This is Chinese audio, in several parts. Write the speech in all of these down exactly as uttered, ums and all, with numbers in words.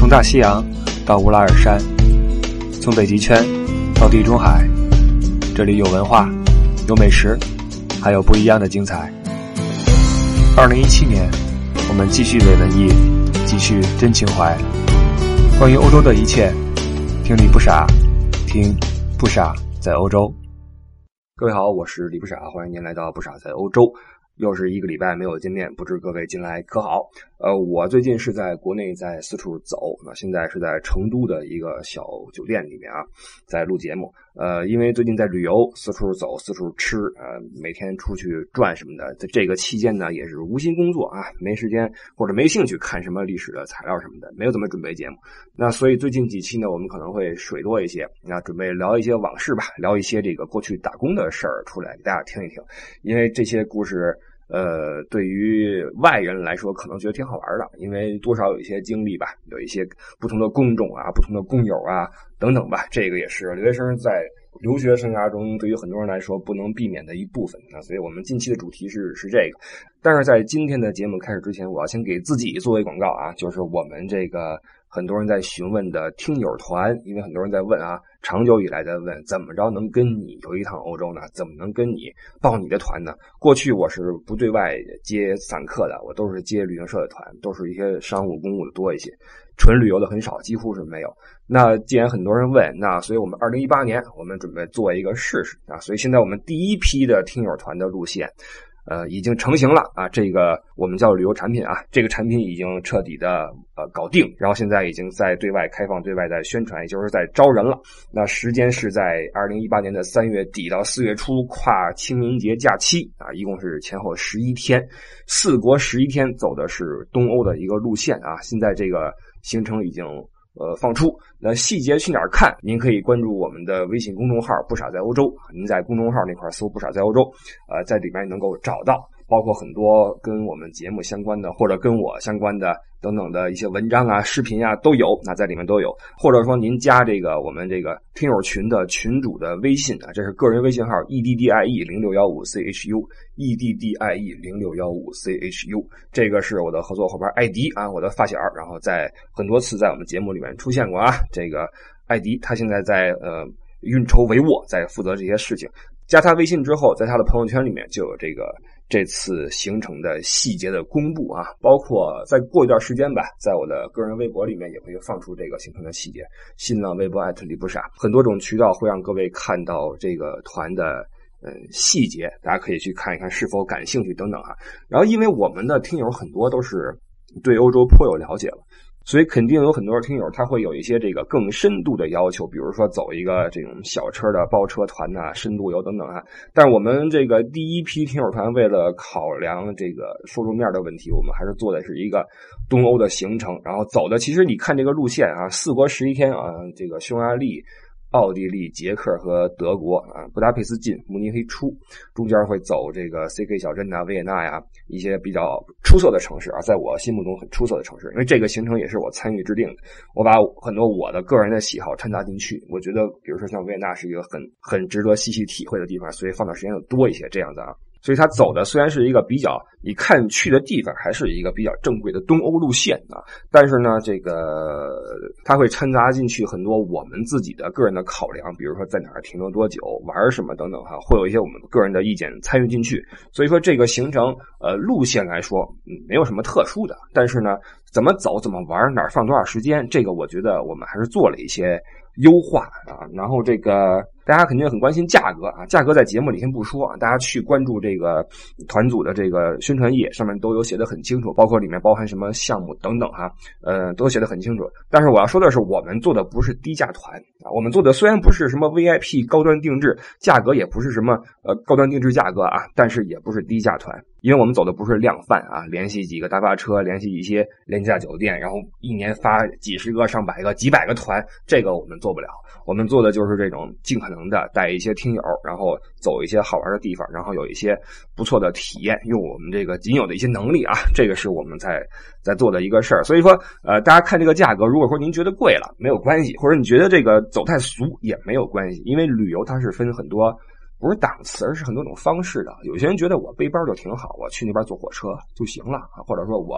从大西洋到乌拉尔山，从北极圈到地中海，这里有文化，有美食，还有不一样的精彩。二零一七年，我们继续伪文艺，继续真情怀。关于欧洲的一切，听李不傻，听不傻在欧洲。各位好，我是李不傻，欢迎您来到不傻在欧洲。又是一个礼拜没有见面，不知各位近来可好？呃，我最近是在国内在四处走，那现在是在成都的一个小酒店里面啊，在录节目。呃，因为最近在旅游，四处走，四处吃，呃，每天出去转什么的。在这个期间呢，也是无心工作啊，没时间或者没兴趣看什么历史的材料什么的，没有怎么准备节目。那所以最近几期呢，我们可能会水多一些，那准备聊一些往事吧，聊一些这个过去打工的事儿出来给大家听一听，因为这些故事。呃，对于外人来说可能觉得挺好玩的，因为多少有一些经历吧，有一些不同的工种啊，不同的工友啊等等吧，这个也是留学生在留学生涯中对于很多人来说不能避免的一部分啊，所以我们近期的主题是是这个。但是在今天的节目开始之前，我要先给自己作为广告啊，就是我们这个很多人在询问的听友团，因为很多人在问啊，长久以来在问怎么着能跟你有一趟欧洲呢？怎么能跟你报你的团呢？过去我是不对外接散客的，我都是接旅行社的团，都是一些商务公务的多一些，纯旅游的很少，几乎是没有。那既然很多人问，那所以我们二零一八年我们准备做一个试试啊，所以现在我们第一批的听友团的路线呃，已经成型了啊！这个我们叫旅游产品啊，这个产品已经彻底的呃搞定，然后现在已经在对外开放、对外在宣传，也就是在招人了。那时间是在二零一八年的三月底到四月初，跨清明节假期啊，一共是前后十一天，四国十一天，走的是东欧的一个路线啊。现在这个行程已经呃，放出。那细节去哪儿看？您可以关注我们的微信公众号不傻在欧洲，您在公众号那块搜不傻在欧洲，呃，在里面能够找到包括很多跟我们节目相关的或者跟我相关的等等的一些文章啊、视频啊都有，那在里面都有。或者说您加这个我们这个听友群的群主的微信啊，这是个人微信号 E D D I E 零六一五 C H U E D D I E 零六一五 C H U， 这个是我的合作伙伴艾迪啊，我的发小，然后在很多次在我们节目里面出现过啊。这个艾迪他现在在呃运筹帷幄，在负责这些事情。加他微信之后，在他的朋友圈里面就有这个这次行程的细节的公布啊，包括再过一段时间吧，在我的个人微博里面也会放出这个行程的细节，新浪微博艾特李不傻，很多种渠道会让各位看到这个团的嗯细节，大家可以去看一看是否感兴趣等等哈。然后因为我们的听友很多都是对欧洲颇有了解了，所以肯定有很多听友他会有一些这个更深度的要求，比如说走一个这种小车的包车团呐、啊、深度游等等啊。但是我们这个第一批听友团为了考量这个受众面的问题，我们还是做的是一个东欧的行程，然后走的其实你看这个路线啊，四国十一天啊，这个匈牙利、奥地利、捷克和德国啊，布达佩斯进，慕尼黑出，中间会走这个 C K 小镇呐、维也纳呀，一些比较出色的城市啊，在我心目中很出色的城市，因为这个行程也是我参与制定的，我把很多我的个人的喜好掺杂进去，我觉得比如说像维也纳是一个很很值得细细体会的地方，所以放的时间就多一些这样的啊。所以他走的虽然是一个比较你看去的地方还是一个比较正规的东欧路线啊，但是呢这个他会掺杂进去很多我们自己的个人的考量，比如说在哪儿停留多久，玩什么等等哈，会有一些我们个人的意见参与进去。所以说这个行程呃路线来说嗯没有什么特殊的，但是呢怎么走怎么玩哪儿放多少时间，这个我觉得我们还是做了一些优化啊。然后这个大家肯定很关心价格啊，价格在节目里先不说啊，大家去关注这个团组的这个宣传页，上面都有写得很清楚，包括里面包含什么项目等等哈，呃，都写得很清楚。但是我要说的是，我们做的不是低价团啊，我们做的虽然不是什么 V I P 高端定制，价格也不是什么呃高端定制价格啊，但是也不是低价团，因为我们走的不是量贩啊，联系几个大巴车，联系一些廉价酒店，然后一年发几十个、上百个、几百个团，这个我们做不了。我们做的就是这种尽可能的带一些听友，然后走一些好玩的地方，然后有一些不错的体验，用我们这个仅有的一些能力啊，这个是我们在在做的一个事儿。所以说呃大家看这个价格，如果说您觉得贵了没有关系，或者你觉得这个走太俗也没有关系，因为旅游它是分很多不是档次，而是很多种方式的。有些人觉得我背包就挺好，我去那边坐火车就行了啊，或者说我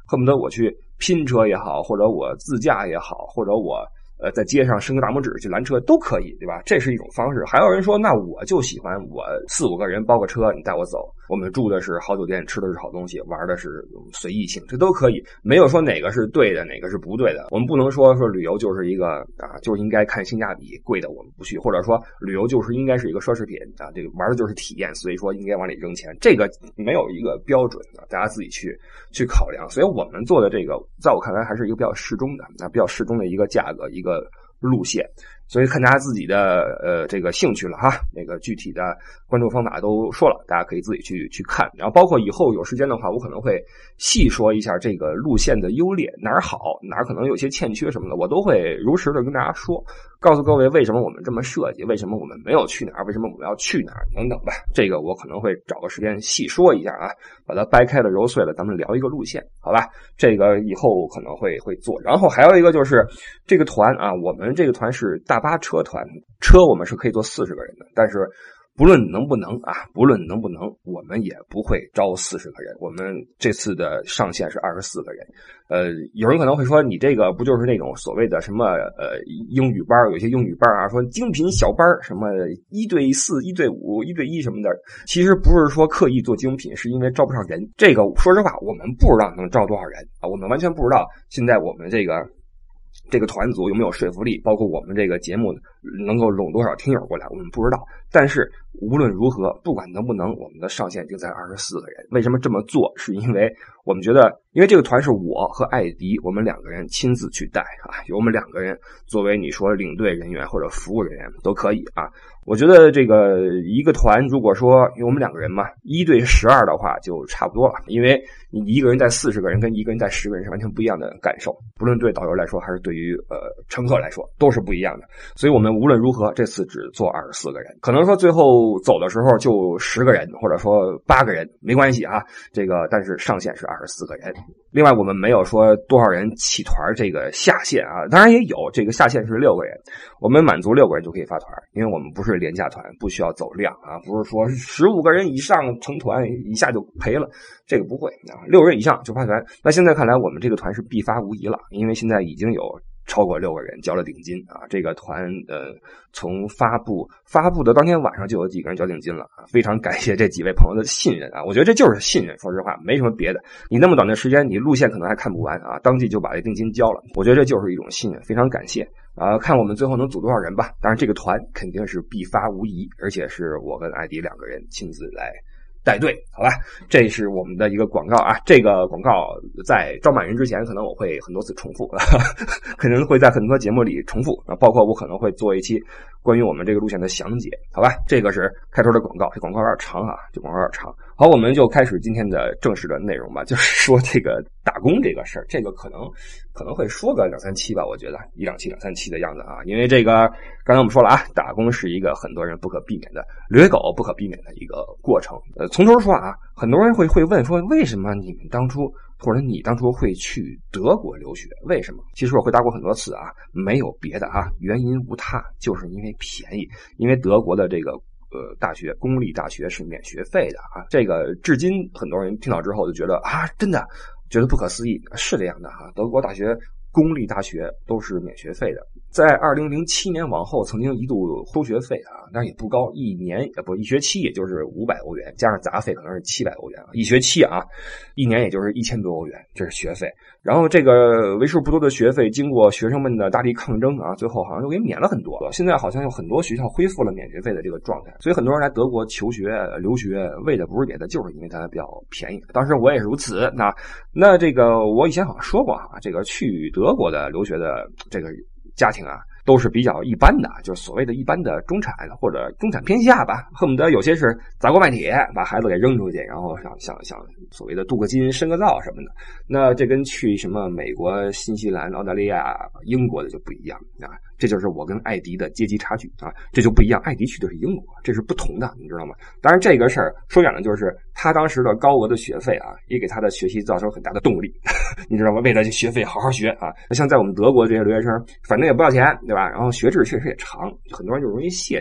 恨不得我去拼车也好，或者我自驾也好，或者我呃，在街上伸个大拇指去拦车都可以，对吧？这是一种方式。还有人说，那我就喜欢我四五个人包个车，你带我走，我们住的是好酒店，吃的是好东西，玩的是随意性，这都可以。没有说哪个是对的，哪个是不对的。我们不能说说旅游就是一个啊，就是应该看性价比，贵的我们不去，或者说旅游就是应该是一个奢侈品啊，这个玩的就是体验，所以说应该往里扔钱。这个没有一个标准的，大家自己去去考量。所以我们做的这个，在我看来还是一个比较适中的，那比较适中的一个价格，一个个路线，所以看大家自己的呃这个兴趣了哈。那个具体的关注方法都说了，大家可以自己去去看。然后包括以后有时间的话，我可能会细说一下这个路线的优劣，哪儿好，哪儿可能有些欠缺什么的，我都会如实的跟大家说，告诉各位为什么我们这么设计，为什么我们没有去哪儿，为什么我们要去哪儿等等吧。这个我可能会找个时间细说一下啊，把它掰开了揉碎了，咱们聊一个路线，好吧？这个以后可能会会做。然后还有一个就是这个团啊，我们这个团是大巴车团，车我们是可以坐四十个人的，但是不论能不能啊，不论能不能，我们也不会招四十个人。我们这次的上限是二十四个人。呃，有人可能会说，你这个不就是那种所谓的什么呃英语班，有些英语班啊，说精品小班，什么一对四、一对五、一对一什么的。其实不是说刻意做精品，是因为招不上人。这个说实话，我们不知道能招多少人啊，我们完全不知道现在我们这个。这个团组有没有说服力，包括我们这个节目能够拢多少听友过来，我们不知道。但是无论如何，不管能不能，我们的上限就在二十四个人。为什么这么做？是因为我们觉得，因为这个团是我和艾迪我们两个人亲自去带啊，有我们两个人作为你说领队人员或者服务人员都可以啊。我觉得这个一个团如果说因为我们两个人嘛，一对十二的话就差不多了，因为你一个人带四十个人跟一个人带十个人是完全不一样的感受，不论对导游来说还是对于呃乘客来说都是不一样的。所以我们无论如何这次只做二十四个人，可能说最后走的时候就十个人或者说八个人没关系啊，这个但是上限是二十四个人。另外我们没有说多少人起团这个下限啊，当然也有，这个下限是六个人，我们满足六个人就可以发团，因为我们不是廉价团，不需要走量啊，不是说十五个人以上成团一下就赔了，这个不会啊，六人以上就发团。那现在看来我们这个团是必发无疑了，因为现在已经有超过六个人交了定金啊，这个团呃从发布发布的当天晚上就有几个人交定金了啊，非常感谢这几位朋友的信任啊，我觉得这就是信任，说实话没什么别的。你那么短的时间，你路线可能还看不完啊，当即就把这定金交了，我觉得这就是一种信任，非常感谢啊。看我们最后能组多少人吧，当然这个团肯定是必发无疑，而且是我跟艾迪两个人亲自来带队，好吧，这是我们的一个广告啊。这个广告在招满人之前，可能我会很多次重复，可能会在很多节目里重复啊，包括我可能会做一期关于我们这个路线的详解，好吧。这个是开头的广告，这广告有点长啊，这广告有点长。好，我们就开始今天的正式的内容吧，就是说这个打工这个事儿，这个可能可能会说个两三期吧，我觉得一两期两三期的样子啊，因为这个刚才我们说了啊，打工是一个很多人不可避免的掠狗不可避免的一个过程。呃，从头说啊，很多人会会问说，为什么你们当初或者你当初会去德国留学？为什么？其实我回答过很多次啊，没有别的啊，原因无他，就是因为便宜，因为德国的这个。呃，大学公立大学是免学费的啊，这个至今很多人听到之后就觉得啊，真的觉得不可思议，是这样的哈、啊，德国大学公立大学都是免学费的，在二零零七年往后曾经一度收学费啊，但是也不高，一年不一学期也就是五百欧元，加上杂费可能是七百欧元啊，一学期啊，一年也就是一千多欧元，这是学费。然后这个为数不多的学费，经过学生们的大力抗争啊，最后好像又给免了很多。现在好像有很多学校恢复了免学费的这个状态，所以很多人来德国求学留学，为的不是别的，就是因为它比较便宜。当时我也是如此。那那这个我以前好像说过啊，这个去德国的留学的这个家庭啊，都是比较一般的，就是所谓的一般的中产或者中产偏下吧，恨不得有些是砸锅卖铁把孩子给扔出去，然后想想想所谓的镀个金深个造什么的。那这跟去什么美国、新西兰、澳大利亚、英国的就不一样啊，这就是我跟艾迪的阶级差距啊，这就不一样。艾迪去的是英国，这是不同的，你知道吗？当然这个事儿说远了，就是他当时的高额的学费啊，也给他的学习造成很大的动力，你知道吗？为了这学费好好学啊。那像在我们德国这些留学生，反正也不要钱，对吧？然后学制确实也长，很多人就容易懈怠啊。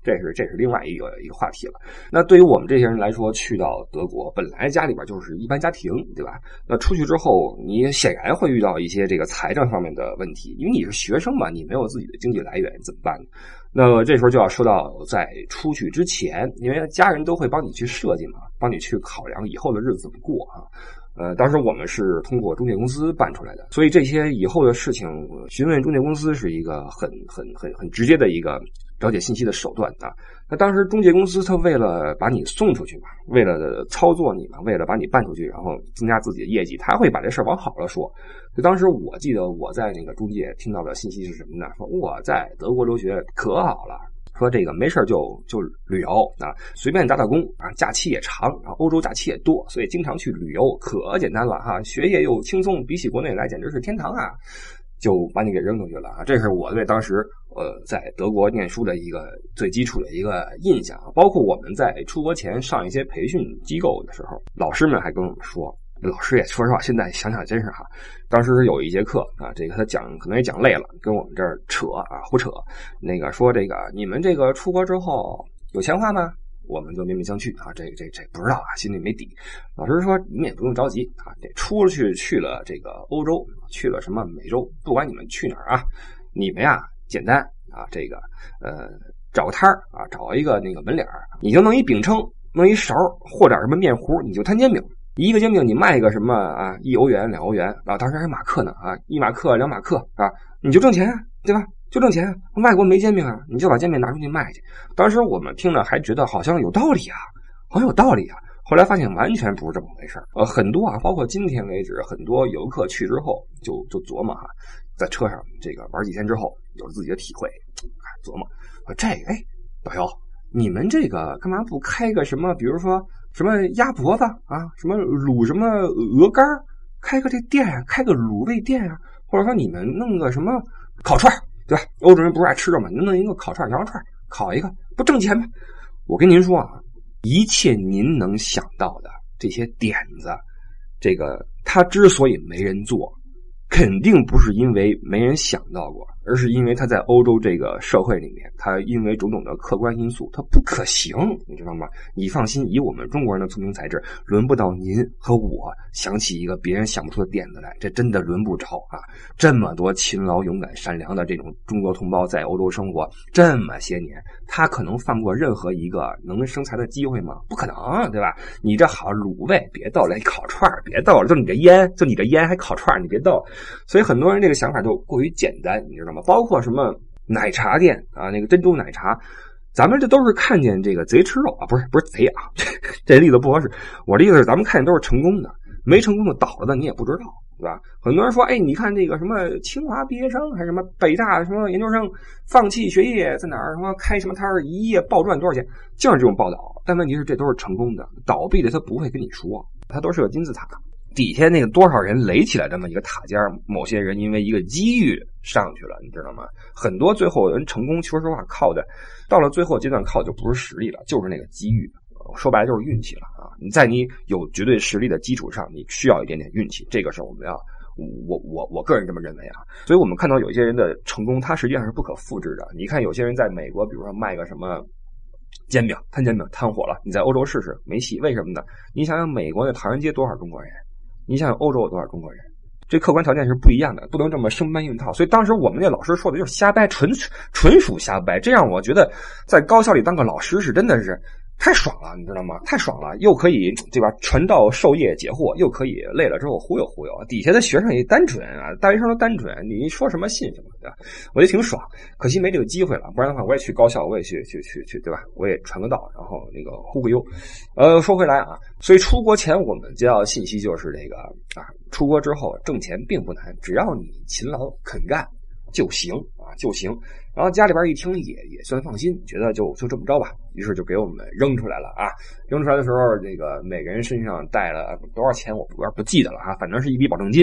这是这是另外一个一个话题了。那对于我们这些人来说，去到德国，本来家里边就是一般家庭，对吧？那出去之后，你显然会遇到一些这个财政方面的问题，因为你是学生嘛，你没有自己的经济来源，怎么办呢？那么这时候就要说到，在出去之前，因为家人都会帮你去设计嘛，帮你去考量以后的日子怎么过啊。呃，当时我们是通过中介公司办出来的，所以这些以后的事情，询问中介公司是一个很很很很直接的一个了解信息的手段啊。那当时中介公司他为了把你送出去嘛，为了操作你嘛，为了把你办出去，然后增加自己的业绩，他会把这事儿往好了说。就当时我记得我在那个中介听到的信息是什么呢？说我在德国留学可好了。说这个没事就就旅游啊，随便打打工啊，假期也长，然后欧洲假期也多，所以经常去旅游，可简单了哈，学业又轻松，比起国内来简直是天堂啊，就把你给扔出去了啊！这是我对当时呃在德国念书的一个最基础的一个印象，包括我们在出国前上一些培训机构的时候，老师们还跟我们说。老师也说实话，现在想想真是哈，当时有一节课啊，这个他讲可能也讲累了，跟我们这儿扯啊胡扯，那个说这个你们这个出国之后有钱花吗？我们就面面相觑啊，这这这不知道啊，心里没底。老师说你们也不用着急啊，这出去去了这个欧洲，去了什么美洲，不管你们去哪儿啊，你们呀简单啊，这个呃找个摊儿啊，找一个那个门脸儿，你就弄一饼铛，弄一勺或点什么面糊，你就摊煎饼。一个煎饼你卖个什么啊？一欧元、两欧元啊，当时还马克呢啊，一马克、两马克啊，你就挣钱啊，对吧？就挣钱。外国没煎饼啊，你就把煎饼拿出去卖去。当时我们听了还觉得好像有道理啊，好像有道理啊。后来发现完全不是这么回事呃，很多啊，包括今天为止，很多游客去之后就就琢磨哈、啊，在车上这个玩几天之后，有了自己的体会，琢磨这个哎，导游，你们这个干嘛不开个什么，比如说。什么鸭脖子啊，什么卤什么鹅肝，开个这店啊，开个卤味店啊，或者说你们弄个什么烤串，对吧？欧洲人不是爱吃肉吗？弄一个烤串、羊肉串，烤一个不挣钱吗？我跟您说啊，一切您能想到的这些点子，这个他之所以没人做，肯定不是因为没人想到过，而是因为他在欧洲这个社会里面，他因为种种的客观因素，他不可行，你知道吗？你放心，以我们中国人的聪明才智，轮不到您和我想起一个别人想不出的点子来，这真的轮不着啊！这么多勤劳、勇敢、善良的这种中国同胞在欧洲生活这么些年，他可能放过任何一个能生财的机会吗？不可能，对吧？你这好卤味别逗了，烤串别逗了，就你这烟，就你这烟还烤串，你别逗。所以很多人这个想法就过于简单，你知道吗？包括什么奶茶店啊，那个珍珠奶茶，咱们这都是看见这个贼吃肉啊，不是不是贼啊，这例子不合适。我的意思是，咱们看见都是成功的，没成功的倒了的你也不知道，对吧？很多人说，哎，你看这个什么清华毕业生，还是什么北大什么研究生，放弃学业在哪儿什么开什么摊儿，一夜暴赚多少钱，就是这种报道。但问题是，这都是成功的，倒闭的他不会跟你说，他都是个金字塔。底下那个多少人垒起来这么一个塔尖，某些人因为一个机遇上去了，你知道吗？很多最后人成功，说实话靠的，到了最后阶段靠的就不是实力了，就是那个机遇。说白了就是运气了啊！你在你有绝对实力的基础上，你需要一点点运气，这个是我们要，我我我个人这么认为啊。所以我们看到有些人的成功，他实际上是不可复制的。你看有些人在美国，比如说卖个什么煎饼，摊煎饼摊火了，你在欧洲试试没戏，为什么呢？你想想美国的唐人街多少中国人？你想想欧洲有多少中国人？这客观条件是不一样的，不能这么生搬硬套。所以当时我们那老师说的就是瞎掰，纯纯属瞎掰。这样我觉得在高校里当个老师是真的是太爽了，你知道吗？太爽了，又可以对吧？传道授业解惑，又可以累了之后忽悠忽悠。底下的学生也单纯啊，大学生都单纯，你说什么信什么，对吧？我觉得挺爽，可惜没这个机会了。不然的话，我也去高校，我也去去去去，对吧？我也传个道，然后那个忽忽悠。呃，说回来啊，所以出国前我们接到信息就是这个啊，出国之后挣钱并不难，只要你勤劳肯干就行啊，就行。然后家里边一听也也算放心，觉得就就这么着吧，于是就给我们扔出来了啊！扔出来的时候，这个每个人身上带了多少钱我不不记得了啊，反正是一笔保证金。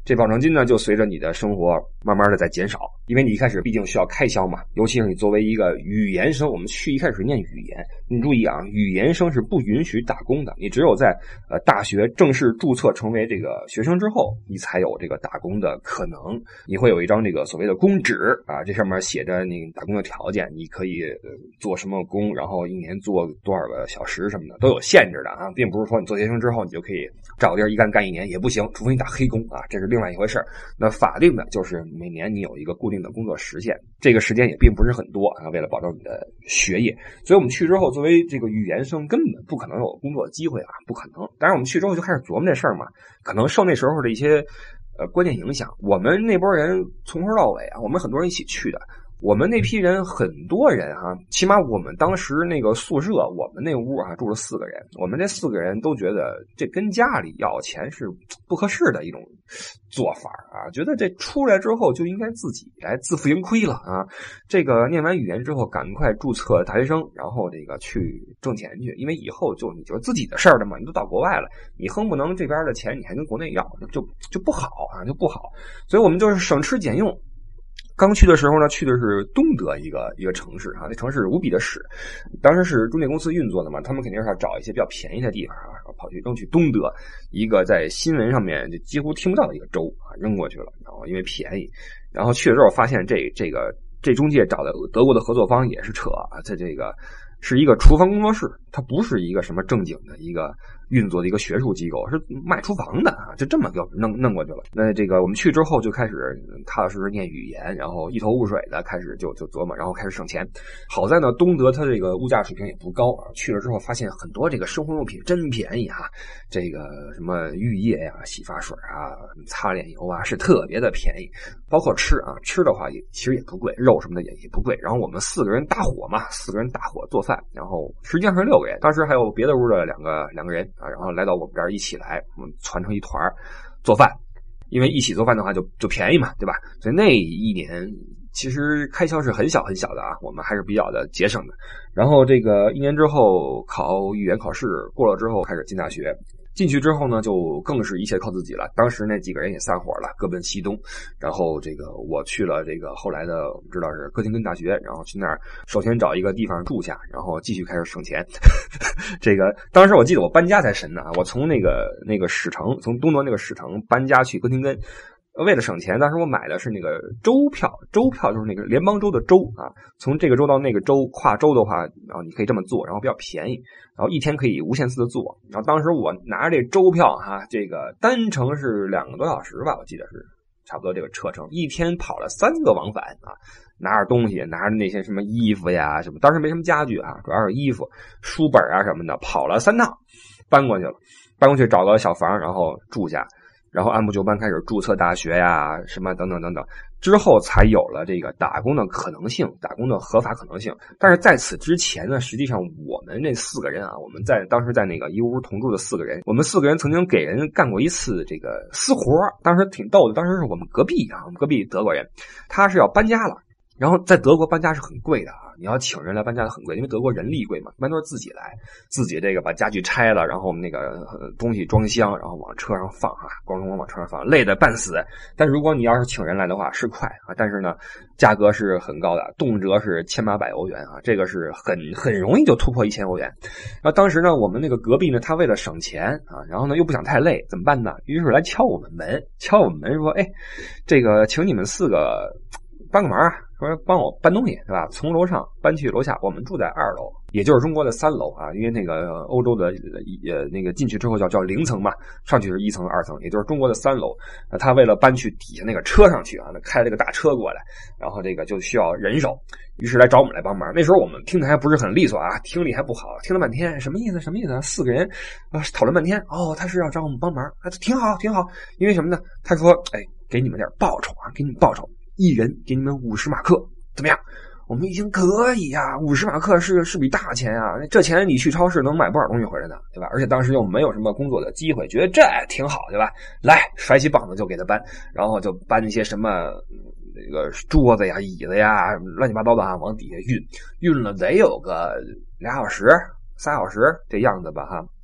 这保证金呢就随着你的生活慢慢的在减少，因为你一开始毕竟需要开销嘛，尤其是你作为一个语言生，我们去一开始念语言，你注意啊，语言生是不允许打工的，你只有在呃大学正式注册成为这个学生之后，你才有这个打工的可能。你会有一张这个所谓的工纸啊，这上面写着你打工的条件，你可以、呃、做什么工，然后一年做多少个小时什么的都有限制的啊，并不是说你做学生之后你就可以找个地儿一干干一年，也不行，除非你打黑工啊，这是另外一回事。那法定的就是每年你有一个固定的工作时限，这个时间也并不是很多啊，为了保证你的学业，所以我们去之后作为这个语言生根本不可能有工作机会啊，不可能。当然我们去之后就开始琢磨这事儿嘛，可能受那时候的一些呃观念影响，我们那波人从头到尾啊，我们很多人一起去的，我们那批人很多人哈、啊，起码我们当时那个宿舍，我们那屋啊住了四个人，我们这四个人都觉得这跟家里要钱是不合适的一种做法啊，觉得这出来之后就应该自己来自负盈亏了啊。这个念完语言之后，赶快注册大学生，然后这个去挣钱去，因为以后就你就自己的事儿了嘛，你都到国外了，你哼不能这边的钱你还跟国内要，就就不好啊，就不好。所以我们就是省吃俭用。刚去的时候呢，去的是东德一个一个城市啊，那城市无比的屎，当时是中介公司运作的嘛，他们肯定是要找一些比较便宜的地方啊，然后跑去扔去东德一个在新闻上面就几乎听不到的一个州啊，扔过去了，然后因为便宜，然后去了之后发现这这个这中介找的德国的合作方也是扯啊，在这个是一个厨房工作室，它不是一个什么正经的一个运作的一个学术机构，是卖厨房的啊，就这么给我们弄弄过去了。那这个我们去之后就开始踏踏实实念语言，然后一头雾水的开始就就琢磨，然后开始省钱。好在呢，东德它这个物价水平也不高啊，去了之后发现很多这个生活用品真便宜啊，这个什么浴液呀、啊、洗发水啊、擦脸油啊是特别的便宜，包括吃啊，吃的话也其实也不贵，肉什么的也也不贵。然后我们四个人搭伙嘛，四个人搭伙做饭，然后实际上是六个人，当时还有别的屋的两个两个人啊，然后来到我们这儿一起来，我们攒成一团做饭，因为一起做饭的话就就便宜嘛，对吧？所以那一年其实开销是很小很小的啊，我们还是比较的节省的。然后这个一年之后考语言考试过了之后开始进大学。进去之后呢，就更是一切靠自己了。当时那几个人也散伙了，各奔西东。然后这个我去了这个后来的我们知道是哥廷根大学，然后去那儿首先找一个地方住下，然后继续开始省钱。这个当时我记得我搬家才神呢，我从那个那个史城，从东德那个史城搬家去哥廷根。为了省钱，当时我买的是那个州票，州票就是那个联邦州的州啊，从这个州到那个州跨州的话，然后你可以这么做，然后比较便宜，然后一天可以无限次的做。然后当时我拿着这州票哈，这个单程是两个多小时吧，我记得是差不多这个车程，一天跑了三个往返啊，拿着东西，拿着那些什么衣服呀什么，当时没什么家具啊，主要是衣服、书本啊什么的，跑了三趟，搬过去了，搬过去找个小房，然后住下。然后按部就班开始注册大学呀，什么等等等等，之后才有了这个打工的可能性，打工的合法可能性。但是在此之前呢，实际上我们这四个人啊，我们在当时在那个一屋同住的四个人，我们四个人曾经给人干过一次这个私活，当时挺逗的。当时是我们隔壁啊，我们隔壁德国人，他是要搬家了。然后在德国搬家是很贵的啊，你要请人来搬家很贵，因为德国人力贵嘛，一般都是自己来，自己这个把家具拆了，然后我们那个、呃、东西装箱，然后往车上放啊，咣咣咣往车上放，累得半死。但如果你要是请人来的话是快啊，但是呢价格是很高的，动辄是千八百欧元啊，这个是很很容易就突破一千欧元。然后当时呢我们那个隔壁呢，他为了省钱啊，然后呢又不想太累，怎么办呢？于是来敲我们门，敲我们门说，哎，这个请你们四个帮个忙啊，说帮我搬东西，对吧？从楼上搬去楼下，我们住在二楼，也就是中国的三楼啊，因为那个欧洲的呃那个进去之后叫叫零层嘛，上去是一层二层，也就是中国的三楼。呃、他为了搬去底下那个车上去啊，那开了个大车过来，然后这个就需要人手，于是来找我们来帮忙。那时候我们听的还不是很利索啊，听力还不好，听了半天什么意思什么意思？四个人啊讨论半天，哦，他是要找我们帮忙，啊，挺好挺好，因为什么呢？他说，哎，给你们点报酬啊，给你们报酬。一人给你们五十马克，怎么样？我们已经可以呀、啊，五十马克是是笔大钱啊！这钱你去超市能买不少东西回来的，对吧？而且当时又没有什么工作的机会，觉得这挺好，对吧？来，甩起膀子就给他搬，然后就搬一些什么那个桌子呀、椅子呀，乱七八糟的啊，往底下运，运了得有个俩小时、仨小时这样子吧，哈。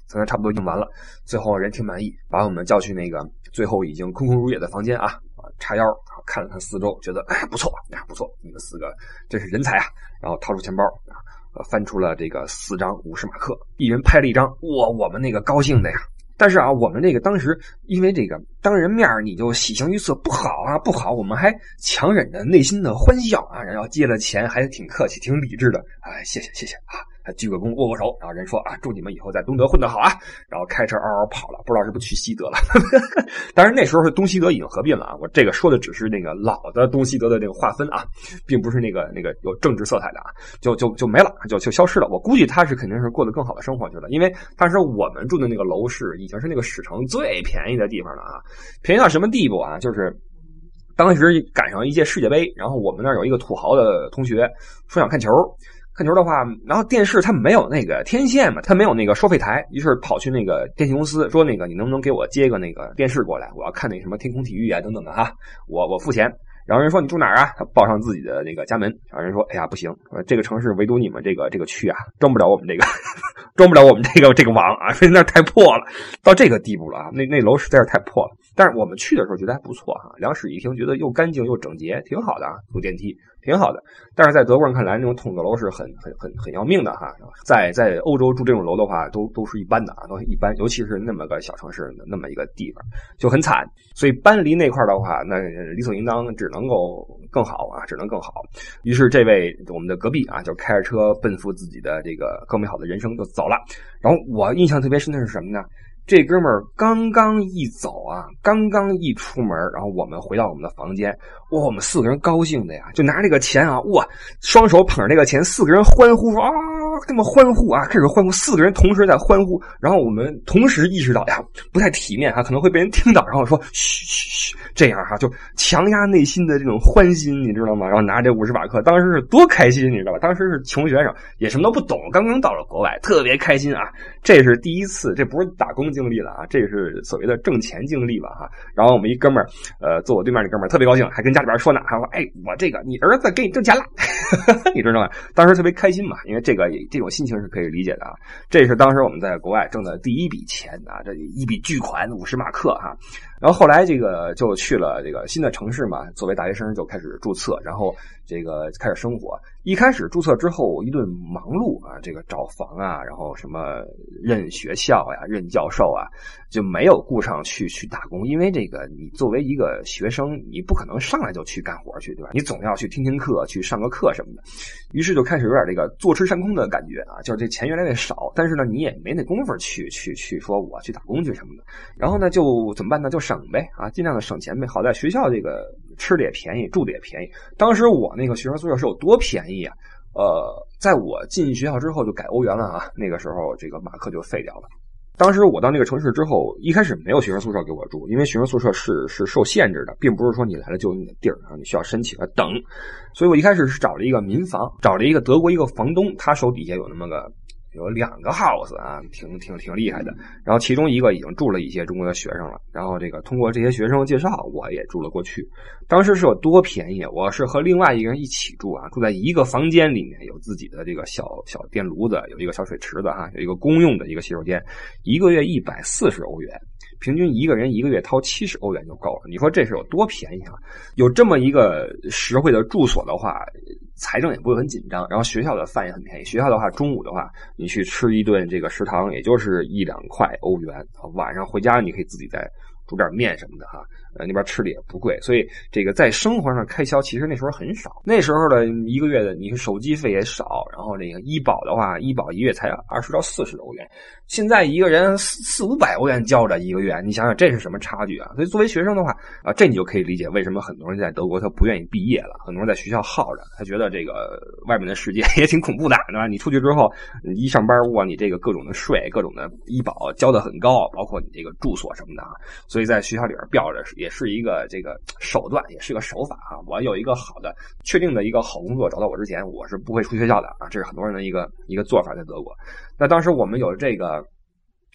三餐差不多用完了，最后人挺满意，把我们叫去那个最后已经空空如也的房间啊，叉腰看了看四周，觉得哎不错啊不错，你们四个真是人才啊，然后掏出钱包啊，翻出了这个四张五十马克，一人拍了一张，哇，我们那个高兴的呀。但是啊，我们这个当时因为这个当人面你就喜形于色，不好啊不好，我们还强忍着内心的欢笑啊，然后接了钱还挺客气挺理智的，哎谢谢谢谢啊，还鞠个躬握握手，然后人说啊祝你们以后在东德混得好啊，然后开车嗷嗷跑了，不知道是不是去西德了当然那时候是东西德已经合并了啊，我这个说的只是那个老的东西德的这个划分啊，并不是那个那个有政治色彩的啊，就就就没了，就就消失了。我估计他是肯定是过得更好的生活去了，因为当时我们住的那个楼市已经是那个市城最便宜的地方了啊，便宜到什么地步啊，就是当时赶上一届世界杯，然后我们那儿有一个土豪的同学说想看球，看球的话，然后电视他没有那个天线嘛，他没有那个收费台，于是跑去那个电信公司说那个你能不能给我接个那个电视过来，我要看那什么天空体育啊等等的哈，我我付钱。然后人说你住哪儿啊？他报上自己的那个家门。然后人说哎呀不行，这个城市唯独你们这个这个区啊装不了我们这个装不了我们这个这个网啊，说那太破了，到这个地步了啊，那那楼实在是太破了。但是我们去的时候觉得还不错哈，两室一厅，觉得又干净又整洁，挺好的啊，有电梯挺好的。但是在德国人看来，那种筒子楼是很很很很要命的哈。在在欧洲住这种楼的话，都都是一般的啊，都一般，尤其是那么个小城市那么一个地方，就很惨。所以搬离那块的话，那理所应当只能够更好啊，只能更好。于是这位我们的隔壁啊，就开着车奔赴自己的这个更美好的人生就走了。然后我印象特别深的是什么呢？这哥们儿刚刚一走啊，刚刚一出门，然后我们回到我们的房间，哇，我们四个人高兴的呀，就拿这个钱啊，哇，双手捧着这个钱，四个人欢呼说啊，这么欢呼啊，开始欢呼，四个人同时在欢呼，然后我们同时意识到呀，不太体面哈、啊，可能会被人听到，然后说嘘嘘嘘，这样哈、啊，就强压内心的这种欢心，你知道吗？然后拿这五十马克，当时是多开心，你知道吧？当时是穷学生，也什么都不懂，刚刚到了国外，特别开心啊，这是第一次，这不是打工经历了啊，这是所谓的挣钱经历吧哈。然后我们一哥们儿，呃，坐我对面那哥们儿特别高兴，还跟家里边说呢，还说哎，我这个你儿子给你挣钱了，你知道吗？当时特别开心嘛，因为这个这种心情是可以理解的啊。这是当时我们在国外挣的第一笔钱啊，这一笔巨款五十马克哈。然后后来这个就去了这个新的城市嘛，作为大学生就开始注册，然后这个开始生活。一开始注册之后一顿忙碌啊，这个找房啊，然后什么认学校呀、认教授啊，就没有顾上去去打工，因为这个你作为一个学生，你不可能上来就去干活去，对吧？你总要去听听课，去上个课什么的。于是就开始有点这个坐吃山空的感觉啊，就是这钱越来越少，但是呢你也没那功夫去去去说我去打工去什么的。然后呢就怎么办呢？就省呗啊，尽量的省钱呗。好在学校这个吃的也便宜，住的也便宜。当时我那个学生宿舍是有多便宜啊？呃，在我进学校之后就改欧元了啊，那个时候这个马克就废掉了。当时我到那个城市之后，一开始没有学生宿舍给我住，因为学生宿舍是是受限制的，并不是说你来了就有你的地儿啊，你需要申请啊等。所以我一开始是找了一个民房，找了一个德国一个房东，他手底下有那么个有两个 house 啊，挺挺挺厉害的。然后其中一个已经住了一些中国的学生了，然后这个通过这些学生介绍，我也住了过去。当时是有多便宜，我是和另外一个人一起住啊，住在一个房间里面，有自己的这个小小电炉子，有一个小水池子哈，有一个公用的一个洗手间，一个月一百四十欧元。平均一个人一个月掏七十欧元就够了，你说这是有多便宜啊？有这么一个实惠的住所的话，财政也不会很紧张，然后学校的饭也很便宜。学校的话，中午的话，你去吃一顿这个食堂，也就是一两块欧元，晚上回家你可以自己再煮点面什么的哈。呃，那边吃的也不贵，所以这个在生活上开销其实那时候很少。那时候的一个月的，你手机费也少，然后这个医保的话，医保一月才二十到四十欧元。现在一个人四四五百欧元交着一个月，你想想这是什么差距啊？所以作为学生的话啊，这你就可以理解为什么很多人在德国他不愿意毕业了，很多人在学校耗着，他觉得这个外面的世界也挺恐怖的，对吧？你出去之后，一上班哇，你这个各种的税、各种的医保交得很高，包括你这个住所什么的啊，所以在学校里边吊着也是一个这个手段，也是个手法啊。我有一个好的、确定的一个好工作找到我之前，我是不会出学校的啊，这是很多人的一个一个做法在德国。那当时我们有这个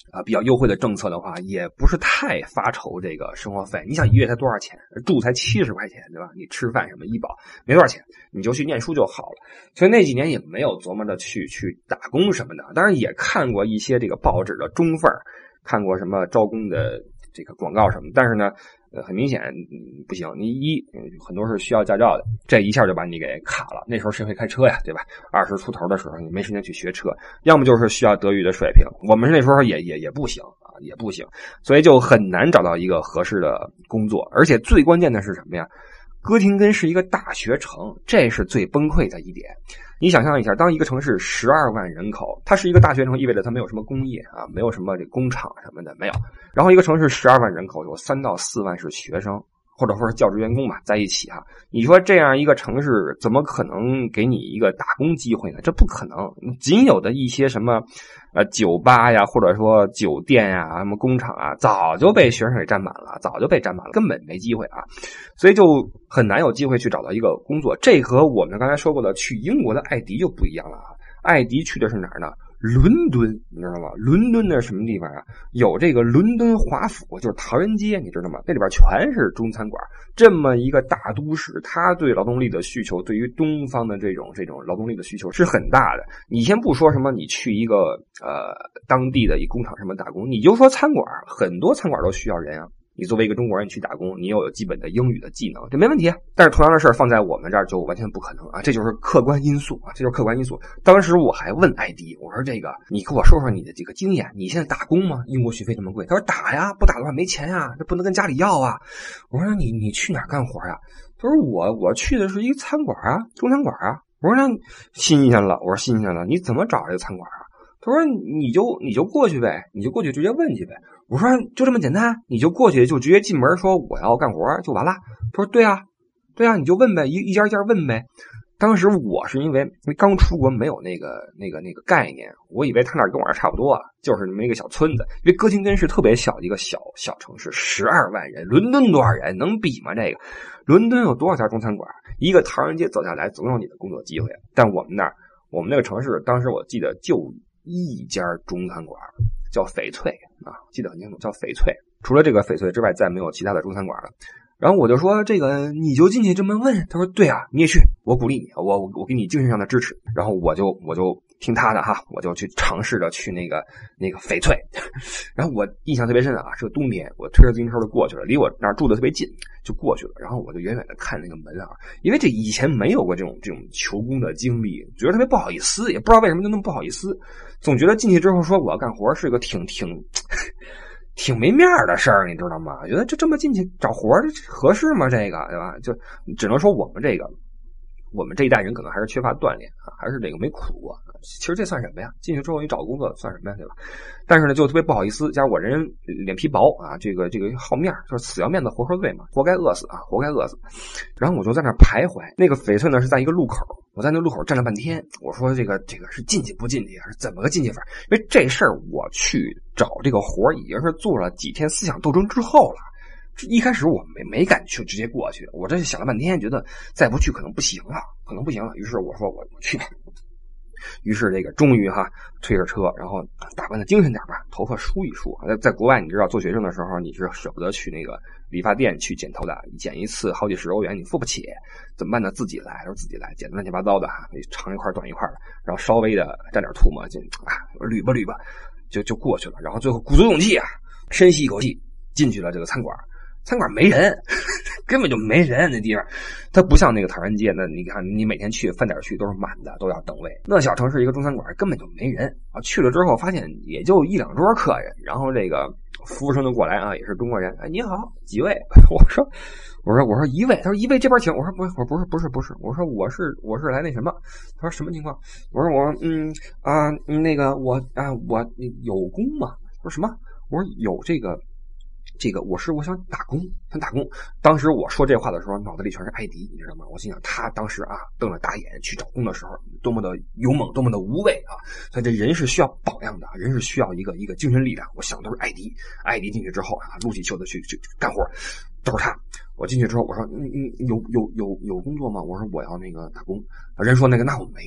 啊，比较优惠的政策的话，也不是太发愁这个生活费。你想一月才多少钱？住才七十块钱，对吧？你吃饭什么医保没多少钱，你就去念书就好了。所以那几年也没有琢磨着去去打工什么的。当然也看过一些这个报纸的中缝，看过什么招工的这个广告什么，但是呢，呃，很明显不行。你一很多是需要驾照的，这一下就把你给卡了。那时候谁会开车呀，对吧？二十出头的时候你没时间去学车，要么就是需要德语的水平。我们那时候也也也不行啊，也不行，所以就很难找到一个合适的工作。而且最关键的是什么呀？哥廷根是一个大学城，这是最崩溃的一点。你想象一下，当一个城市十二万人口，它是一个大学城，意味着它没有什么工业啊，没有什么这工厂什么的，没有。然后一个城市十二万人口，有三到四万是学生，或者说是教职员工吧，在一起哈、啊。你说这样一个城市怎么可能给你一个打工机会呢？这不可能。仅有的一些什么呃酒吧呀，或者说酒店呀，什么工厂啊，早就被学生给占满了，早就被占满了，根本没机会啊。所以就很难有机会去找到一个工作。这和我们刚才说过的去英国的艾迪就不一样了啊。艾迪去的是哪儿呢？伦敦，你知道吗？伦敦的什么地方啊？有这个伦敦华府，就是唐人街，你知道吗？那里边全是中餐馆。这么一个大都市，它对劳动力的需求，对于东方的这种这种劳动力的需求是很大的。你先不说什么，你去一个呃当地的一工厂什么打工，你就说餐馆，很多餐馆都需要人啊。你作为一个中国人去打工，你又有基本的英语的技能，这没问题。但是同样的事儿放在我们这儿就完全不可能啊，这就是客观因素啊，这就是客观因素。当时我还问艾迪，我说这个你给我说说你的这个经验，你现在打工吗？英国学费这么贵。他说打呀，不打的话没钱呀，这不能跟家里要啊。我说你你去哪儿干活呀？他说我我去的是一餐馆啊，中餐馆啊。我说那新鲜了，我说新鲜了，你怎么找这个餐馆啊？他说你就你就过去呗，你就过去直接问去呗。我说就这么简单，你就过去就直接进门说我要干活就完了。他说对啊对啊，你就问呗，一一家一家问呗。当时我是因为刚出国，没有那个那个那个概念，我以为他那儿跟我这差不多啊，就是那么一个小村子。因为哥廷根是特别小的一个小小城市，十二万人，伦敦多少人能比吗？这个伦敦有多少家中餐馆？一个唐人街走下来总有你的工作机会。但我们那儿我们那个城市当时我记得就一家中餐馆，叫翡翠啊，记得很清楚，叫翡翠。除了这个翡翠之外，再没有其他的中餐馆了。然后我就说这个你就进去这么问，他说对啊，你也去，我鼓励你，我我我给你精神上的支持。然后我就我就听他的哈，我就去尝试着去那个那个翡翠。然后我印象特别深啊，是个冬天，我推着自行车就过去了，离我那儿住的特别近，就过去了。然后我就远远的看那个门啊，因为这以前没有过这种这种求工的经历，觉得特别不好意思，也不知道为什么就那么不好意思，总觉得进去之后说我要干活是个挺挺挺没面的事儿，你知道吗？觉得就这么进去找活合适吗？这个对吧？就只能说我们这个我们这一代人可能还是缺乏锻炼啊，还是这个没苦过。其实这算什么呀？进去之后你找工作算什么呀，对吧？但是呢，就特别不好意思，加上我人脸皮薄啊，这个这个好面，就是死要面子活受罪嘛，活该饿死啊，活该饿死。然后我就在那徘徊，那个翡翠呢是在一个路口，我在那路口站了半天，我说这个这个是进去不进去，还是怎么个进去法？因为这事儿我去找这个活已经是做了几天思想斗争之后了。一开始我没没敢去直接过去，我这想了半天，觉得再不去可能不行了，可能不行了。于是我说我我去吧。于是这个终于哈推着车，然后打扮的精神点吧，头发梳一梳。在在国外你知道做学生的时候你是舍不得去那个理发店去剪头的，剪一次好几十欧元你付不起，怎么办呢？自己来，都自己来，剪得乱七八糟的哈，长一块短一块的，然后稍微的沾点吐沫，就啊捋吧捋吧，就就过去了。然后最后鼓足勇气啊，深吸一口气进去了这个餐馆。餐馆没人，根本就没人，那地方它不像那个唐人街，那你看你每天去饭点去都是满的，都要等位。那小城市一个中餐馆根本就没人啊，去了之后发现也就一两桌客人，然后这个服务生就过来啊，也是中国人，哎你好几位？我说我说我说一位，他说一位这边请，我说不我不是不是不是，我说我是我是来那什么，他说什么情况？我说我嗯啊那个我啊我有工吗？他说什么？我说有这个。这个我是我想打工，想打工。当时我说这话的时候，脑子里全是艾迪，你知道吗？我心想他当时啊瞪着大眼去找工的时候，多么的勇猛，多么的无畏啊！所以这人是需要榜样的，人是需要一个一个精神力量。我想都是艾迪，艾迪进去之后啊，撸起袖子去去干活，都是他。我进去之后，我说你你有有有有工作吗？我说我要那个打工。人说那个那我没有。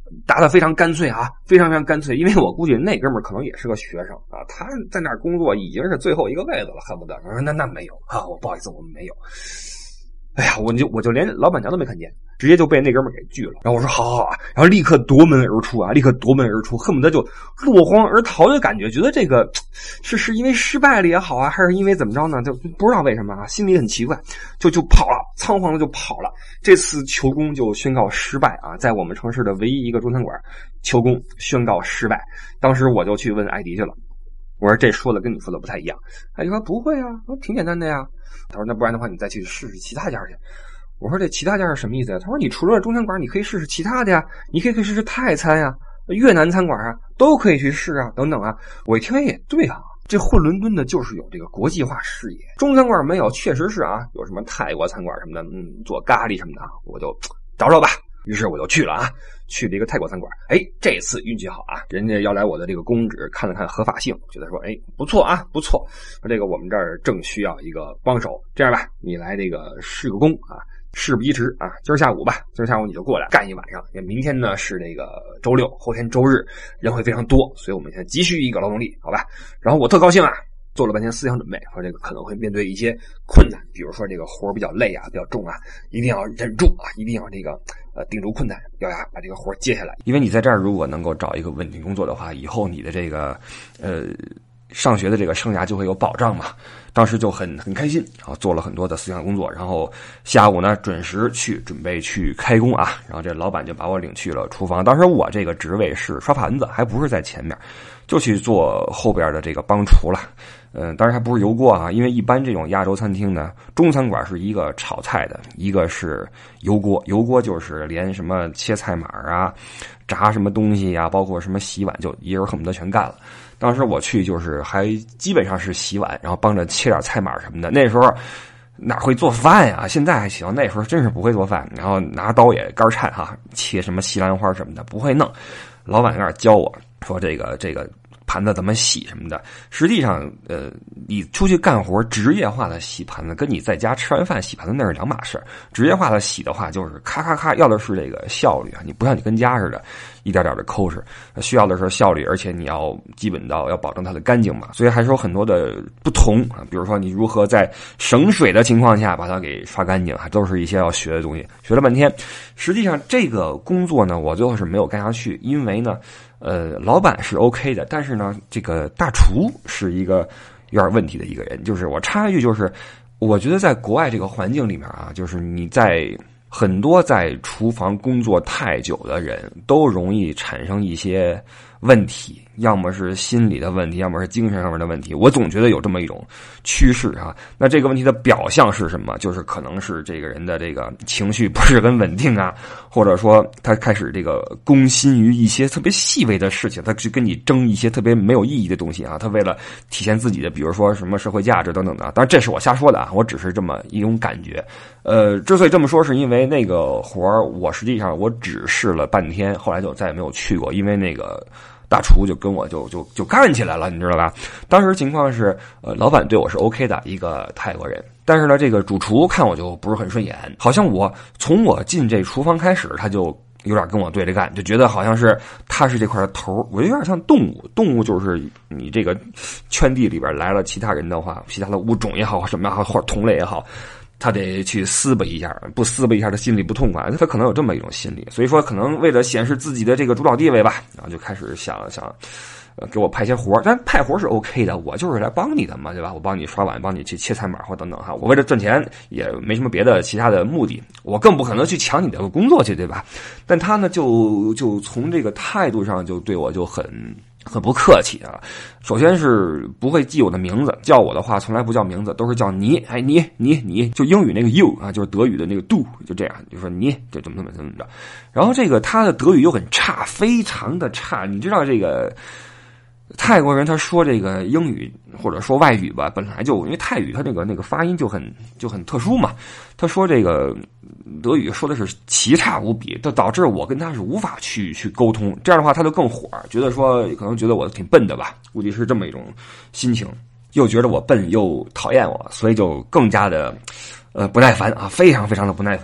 答得非常干脆啊，非常非常干脆，因为我估计那哥们儿可能也是个学生啊，他在那儿工作已经是最后一个位子了，恨不得说那那没有啊，我不好意思，我们没有。哎呀，我就我就连老板娘都没看见，直接就被那哥们儿给拒了。然后我说好好好啊，然后立刻夺门而出啊，立刻夺门而出，恨不得就落荒而逃的感觉。觉得这个是是因为失败了也好啊，还是因为怎么着呢？就不知道为什么啊，心里很奇怪，就就跑了，仓皇的就跑了。这次求工就宣告失败啊，在我们城市的唯一一个中餐馆求工宣告失败。当时我就去问艾迪去了。我说这说的跟你说的不太一样。艾迪说不会啊，我说挺简单的呀。他说那不然的话你再去试试其他家去。我说这其他家是什么意思呀？他说你除了中餐馆你可以试试其他的呀，你可以可以试试泰餐呀、越南餐馆啊，都可以去试啊，等等啊。我一听也对啊，这混伦敦的就是有这个国际化视野。中餐馆没有，确实是啊，有什么泰国餐馆什么的，嗯，做咖喱什么的，我就找找吧。于是我就去了啊，去了一个泰国餐馆。哎，这次运气好啊，人家要来我的这个公职，看了看合法性，觉得说，哎，不错啊，不错。说这个我们这儿正需要一个帮手，这样吧，你来这个试个工啊，事不宜迟啊，今儿下午吧，今儿下午你就过来干一晚上。因为明天呢是这个周六，后天周日人会非常多，所以我们现在急需一个劳动力，好吧？然后我特高兴啊。做了半天思想准备，说这个可能会面对一些困难，比如说这个活比较累啊，比较重啊，一定要忍住啊，一定要这个呃顶住困难，咬牙把这个活接下来。因为你在这儿如果能够找一个稳定工作的话，以后你的这个呃上学的这个生涯就会有保障嘛。当时就很很开心，然后做了很多的思想工作，然后下午呢准时去准备去开工啊，然后这老板就把我领去了厨房。当时我这个职位是刷盘子，还不是在前面，就去做后边的这个帮厨了。嗯，当然还不是油锅啊，因为一般这种亚洲餐厅呢，中餐馆是一个炒菜的，一个是油锅。油锅就是连什么切菜码啊、炸什么东西啊，包括什么洗碗，就一人恨不得全干了。当时我去就是还基本上是洗碗，然后帮着切点菜码什么的。那时候哪会做饭呀？现在还行，那时候真是不会做饭。然后拿刀也肝颤哈，切什么西兰花什么的不会弄。老板在那儿教我说这个这个盘子怎么洗什么的。实际上呃你出去干活职业化的洗盘子跟你在家吃完饭洗盘子那是两码事。职业化的洗的话就是咔咔咔，要的是这个效率啊，你不像你跟家似的一点点的抠哧，需要的是效率，而且你要基本到要保证它的干净嘛，所以还是有很多的不同啊。比如说你如何在省水的情况下把它给刷干净，还都是一些要学的东西。学了半天，实际上这个工作呢，我最后是没有干下去，因为呢，呃，老板是 OK 的，但是呢，这个大厨是一个有点问题的一个人。就是我插一句，就是我觉得在国外这个环境里面啊，就是你在很多在厨房工作太久的人都容易产生一些问题，要么是心理的问题，要么是精神上面的问题。我总觉得有这么一种趋势啊。那这个问题的表象是什么？就是可能是这个人的这个情绪不是很稳定啊，或者说他开始这个攻心于一些特别细微的事情，他去跟你争一些特别没有意义的东西啊。他为了体现自己的，比如说什么社会价值等等的。当然这是我瞎说的啊，我只是这么一种感觉。呃，之所以这么说，是因为那个活儿我实际上我只试了半天，后来就再也没有去过，因为那个大厨就跟我就就就干起来了，你知道吧？当时情况是，呃，老板对我是 OK 的，一个泰国人，但是呢，这个主厨看我就不是很顺眼，好像我从我进这厨房开始，他就有点跟我对着干，就觉得好像是他是这块的头，我有点像动物。动物就是你这个圈地里边来了其他人的话，其他的物种也好，什么也好，或者同类也好，他得去撕巴一下，不撕巴一下他心里不痛快，他可能有这么一种心理。所以说可能为了显示自己的这个主导地位吧，然后就开始想想呃给我派些活。但派活是 OK 的，我就是来帮你的嘛，对吧？我帮你刷碗，帮你去切菜码或等等哈。我为了赚钱也没什么别的其他的目的，我更不可能去抢你的工作去，对吧？但他呢就就从这个态度上就对我就很很不客气啊。首先是不会记我的名字，叫我的话从来不叫名字，都是叫你，哎你你你，就英语那个 you 啊，就是德语的那个 do， 就这样，就说你就怎么怎么怎么着。然后这个他的德语又很差，非常的差。你知道这个泰国人他说这个英语或者说外语吧，本来就因为泰语他那个那个发音就很就很特殊嘛，他说这个德语说的是奇差无比，这导致我跟他是无法去去沟通。这样的话他就更火，觉得说可能觉得我挺笨的吧，估计是这么一种心情，又觉得我笨又讨厌我，所以就更加的呃不耐烦啊，非常非常的不耐烦。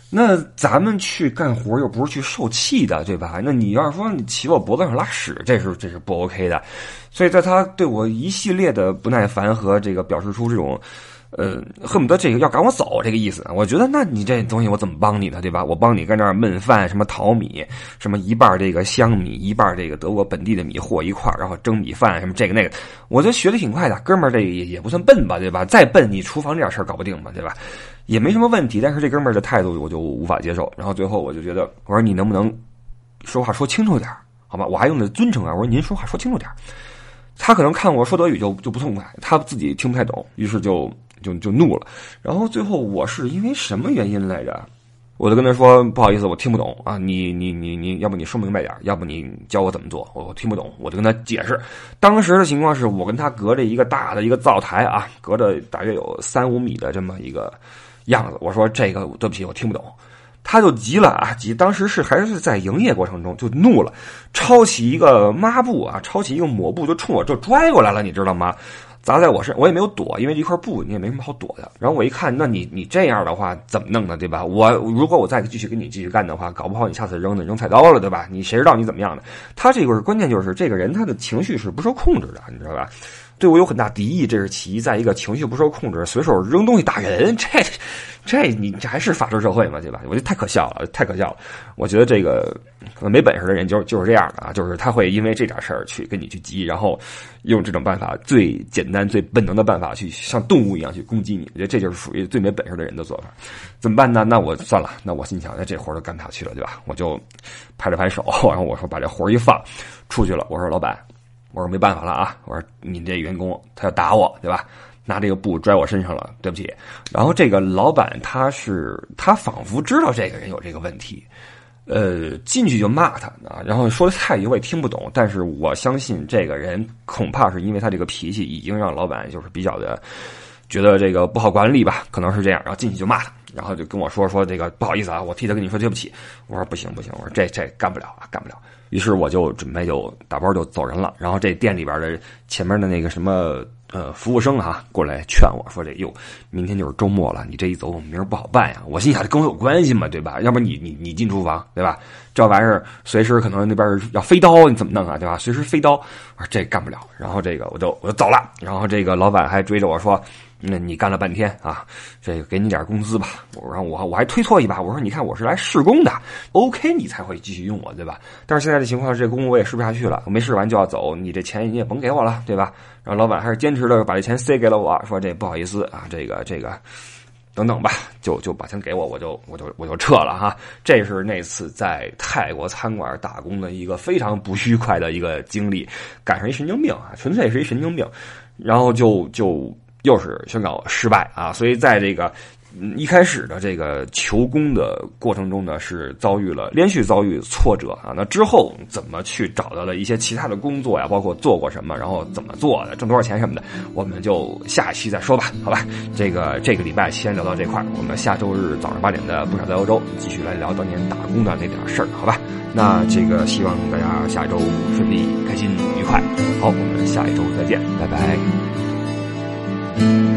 那咱们去干活又不是去受气的，对吧？那你要是说你骑我脖子上拉屎，这是这是不 OK 的。所以在他对我一系列的不耐烦和这个表示出这种呃恨不得这个要赶我走这个意思，我觉得那你这东西我怎么帮你呢，对吧？我帮你跟这儿焖饭，什么淘米，什么一半这个香米，一半这个德国本地的米和一块儿，然后蒸米饭，什么这个那个，我觉得学的挺快的，哥们儿这也也不算笨吧，对吧？再笨你厨房这点事儿搞不定嘛，对吧？也没什么问题，但是这哥们儿的态度我就无法接受。然后最后我就觉得，我说你能不能说话说清楚点，好吧？我还用的尊称啊，我说您说话说清楚点。他可能看我说德语就就不痛快，他自己听不太懂，于是就就就怒了。然后最后我是因为什么原因来着？我就跟他说不好意思，我听不懂啊，你你你你要不你说明白点，要不你教我怎么做，我我听不懂。我就跟他解释，当时的情况是我跟他隔着一个大的一个灶台啊，隔着大约有三五米的这么一个样子。我说这个对不起，我听不懂。他就急了啊，急！当时是还是在营业过程中就怒了，抄起一个抹布啊，抄起一个抹布就冲我就拽过来了，你知道吗？砸在我身，我也没有躲，因为一块布你也没什么好躲的。然后我一看，那你你这样的话怎么弄呢，对吧？我如果我再继续跟你继续干的话，搞不好你下次扔的扔菜刀了，对吧？你谁知道你怎么样的？他这个是关键，就是这个人他的情绪是不受控制的，你知道吧？对我有很大敌意，这是其一。再一个，情绪不受控制，随手扔东西打人，这这你这还是法治社会吗？对吧？我觉得太可笑了，太可笑了。我觉得这个可能没本事的人就就是这样的啊，就是他会因为这点事儿去跟你去急，然后用这种办法最简单、最本能的办法去像动物一样去攻击你。我觉得这就是属于最没本事的人的做法。怎么办呢？那我算了，那我心想，那这活儿都干不下去了，对吧？我就拍了拍手，然后我说把这活儿一放出去了。我说老板。我说没办法了啊！我说你这员工他要打我，对吧？拿这个布拽我身上了，对不起。然后这个老板他是他仿佛知道这个人有这个问题，呃，进去就骂他啊，然后说的泰语我也听不懂，但是我相信这个人恐怕是因为他这个脾气已经让老板就是比较的觉得这个不好管理吧，可能是这样。然后进去就骂他，然后就跟我说说这个不好意思啊，我替他跟你说对不起。我说不行不行，我说这这干不了啊，干不了。于是我就准备就打包就走人了。然后这店里边的前面的那个什么呃服务生哈过来劝我说这哟，明天就是周末了，你这一走我们明儿不好办呀。我心想这跟我有关系吗？对吧？要不你你你进厨房对吧？这玩意儿随时可能那边要飞刀，你怎么弄啊？对吧？随时飞刀，我说这干不了。然后这个我就我就走了。然后这个老板还追着我说。那你干了半天啊，这个给你点工资吧。我然后我我还推脱一把，我说你看我是来试工的 ，OK 你才会继续用我，对吧？但是现在的情况，这工我也试不下去了，我没试完就要走，你这钱你也甭给我了，对吧？然后老板还是坚持的把这钱塞给了我，说这不好意思啊，这个这个等等吧，就就把钱给我，我就我就我就撤了哈。这是那次在泰国餐馆打工的一个非常不愉快的一个经历，赶上一神经病啊，纯粹是一神经病，然后就就。又是宣告失败啊！所以在这个嗯一开始的这个求工的过程中呢，是遭遇了连续遭遇挫折啊。那之后怎么去找到了一些其他的工作呀？包括做过什么，然后怎么做的，挣多少钱什么的，我们就下一期再说吧，好吧？这个这个礼拜先聊到这块儿，我们下周日早上八点的不少在欧洲继续来聊当年打工的那点事儿，好吧？那这个希望大家下周顺利、开心、愉快。好，我们下一周再见，拜拜。